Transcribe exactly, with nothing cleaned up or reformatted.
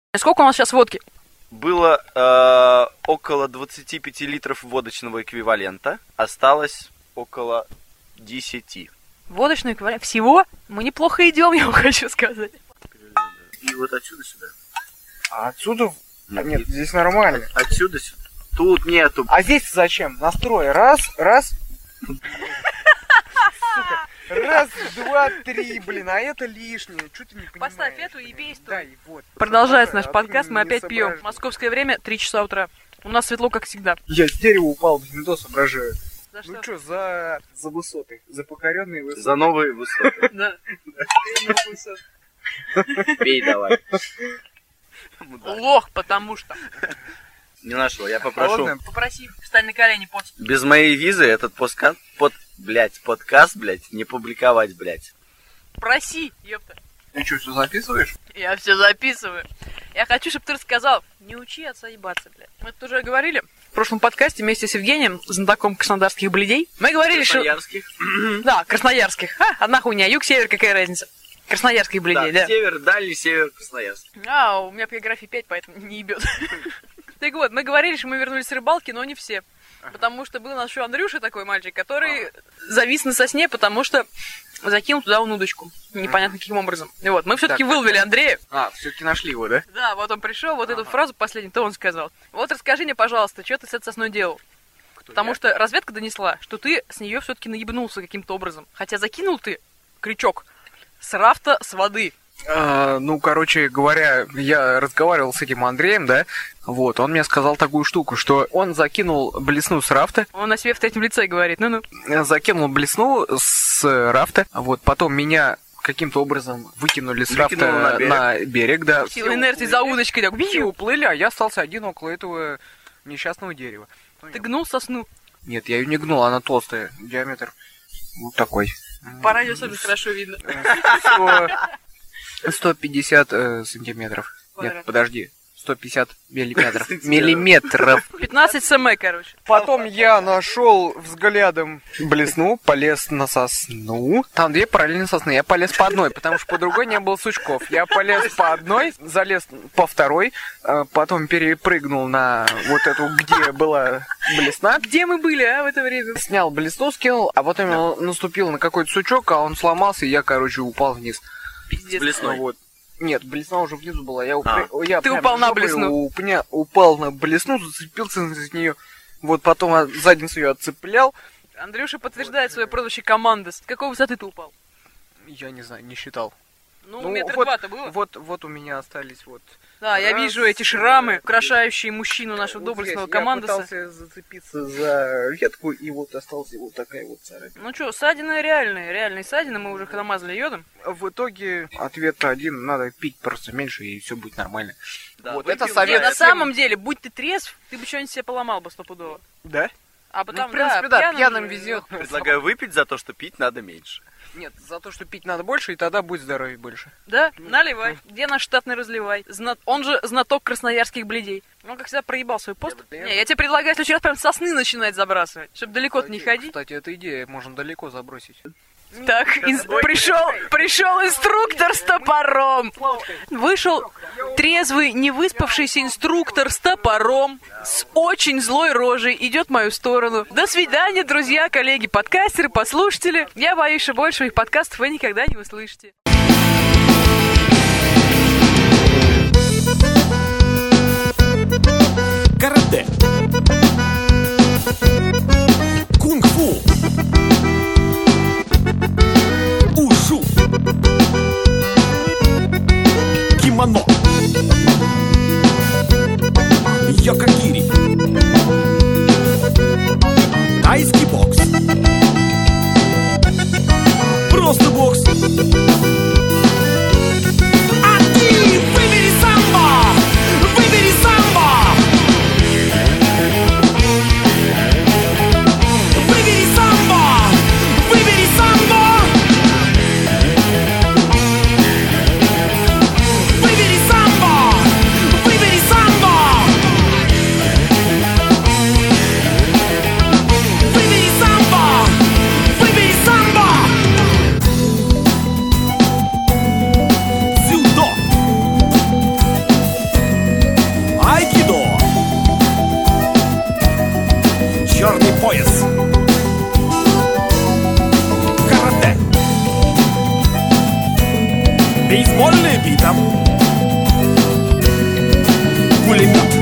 Сколько у нас сейчас водки? Было э, около двадцать пять литров водочного эквивалента. Осталось около десять. Водочный эквивалент? Всего? Мы неплохо идем, я вам хочу сказать. И вот отсюда сюда. А отсюда... Нет, нет, здесь нормально. Отсюда сюда. Тут нету. А здесь зачем? Настрой. Раз, раз. Сука. Раз, два, три, блин, а это лишнее. Что ты не понимаешь? Поставь эту и пей сто. Да, и вот. Продолжается наш подкаст, мы Не опять пьем. соображаю. Московское время, три часа утра. У нас светло, как всегда. Я с дерева упал, не то соображаю. За Ну что? что, за... за высоты, за покоренные высоты. За новые высоты. Да. Пей давай. Лох, потому что. Не нашел, я А попрошу. ладно, Попроси, встань на колени, пот. Без моей визы этот подкаст, под, блядь, подкаст, блядь, не публиковать, блядь. Проси, ёпта. ты что, все записываешь? Я все записываю. Я хочу, чтобы ты рассказал. Не учи отца ебаться, блядь. Мы тут уже говорили в прошлом подкасте вместе с Евгением, знатоком краснодарских блядей. Мы говорили, что... Красноярских. Да, красноярских. А, одна хуйня. Юг-север, какая разница? Красноярских блядей, да. Север, дальний север, Красноярск. А, у меня по географии пять, поэтому не ебет. Так вот, мы говорили, что мы вернулись с рыбалки, но не все. Потому что был у нас еще Андрюша такой мальчик, который завис на сосне, потому что закинул туда он удочку. Непонятно каким образом. И вот, мы все-таки Так, выловили Андрея. А, все-таки нашли его, да? Да, вот он пришел, вот эту фразу последнюю-то он сказал. Вот расскажи мне, пожалуйста, что ты с этой сосной делал? Потому что разведка донесла, что ты с нее все-таки наебнулся каким-то образом. Хотя закинул ты крючок с рафта с воды. А, ну, короче говоря, я разговаривал с этим Андреем, да, вот, он мне сказал такую штуку, что он закинул блесну с рафта, Он на себе в третьем лице говорит, ну-ну. закинул блесну с рафта, вот, потом меня каким-то образом выкинули с Выкинуло рафта на берег. на берег, да. Сила инерции за удочкой, так, Все бью. уплыли, а я остался один около этого несчастного дерева. Ты гнул сосну. Нет, я ее не гнул, она толстая, диаметр вот такой. По радио особенно хорошо видно. сто пятьдесят э, сантиметров. Квадрат. Нет, подожди. сто пятьдесят миллиметров. Миллиметров. пятнадцать сантиметров, короче. Потом я нашел взглядом блесну, полез на сосну. Там две параллельные сосны. Я полез по одной, потому что по другой не было сучков. Я полез по одной, залез по второй, э, потом перепрыгнул на вот эту, где была блесна. Где мы были, а, в это время? Снял блесну, скинул, а потом я наступил на какой-то сучок, а он сломался, и я, короче, упал вниз. Пиздец. Блесной. Вот. Нет, блесна уже внизу была. Я, упря... я Ты прям упал на жопой блесну. упня- упал на блесну, зацепился за нее. Вот потом от- задницу ее отцеплял. Андрюша подтверждает свое прозвище командос. С какой высоты ты упал? Я не знаю, не считал. Ну, Ну, метр вот- два-то было. Вот, вот у меня остались вот. Да, я раз, вижу эти шрамы, украшающие мужчину нашего вот доблестного здесь. командоса. Я пытался зацепиться за ветку, и вот осталась вот такая вот царапина. Ну что, ссадины реальные, реальные ссадины, мы уже их намазали йодом. В итоге ответ один, надо пить просто меньше, и все будет нормально. Да, вот выпил, это Не, совет. на всем. самом деле, будь ты трезв, ты бы что-нибудь себе поломал бы стопудово. Да? А потом, Ну, в принципе, да, да, пьяным же- везет. Предлагаю выпить за то, что пить надо меньше. Нет, за то, что пить надо больше, и тогда будет здоровье больше. Да, наливай. Где наш штатный разливай? Зна- Он же знаток красноярских бледей. Он, как всегда, проебал свой пост. Я- Не, я тебе предлагаю в следующий раз прям сосны начинать забрасывать, чтобы далеко-то не Кстати, ходить. Кстати, эта идея можно далеко забросить. Так, ин- пришел, пришел инструктор с топором. Вышел трезвый, невыспавшийся инструктор с топором, с очень злой рожей, идет в мою сторону. До свидания, друзья, коллеги, подкастеры, послушатели. Я боюсь, что больше моих подкастов вы никогда не услышите. Карате. Кунг-фу. Ушу. Кимоно. Йокогири. Тайский бокс. Просто бокс. А ты выбери самбо! Выбери самбо! Выбери самбо! Выбери самбо! Выбери самбо! Выбери самбо! Выбери самбо! Выбери самбо! там. Гулей там.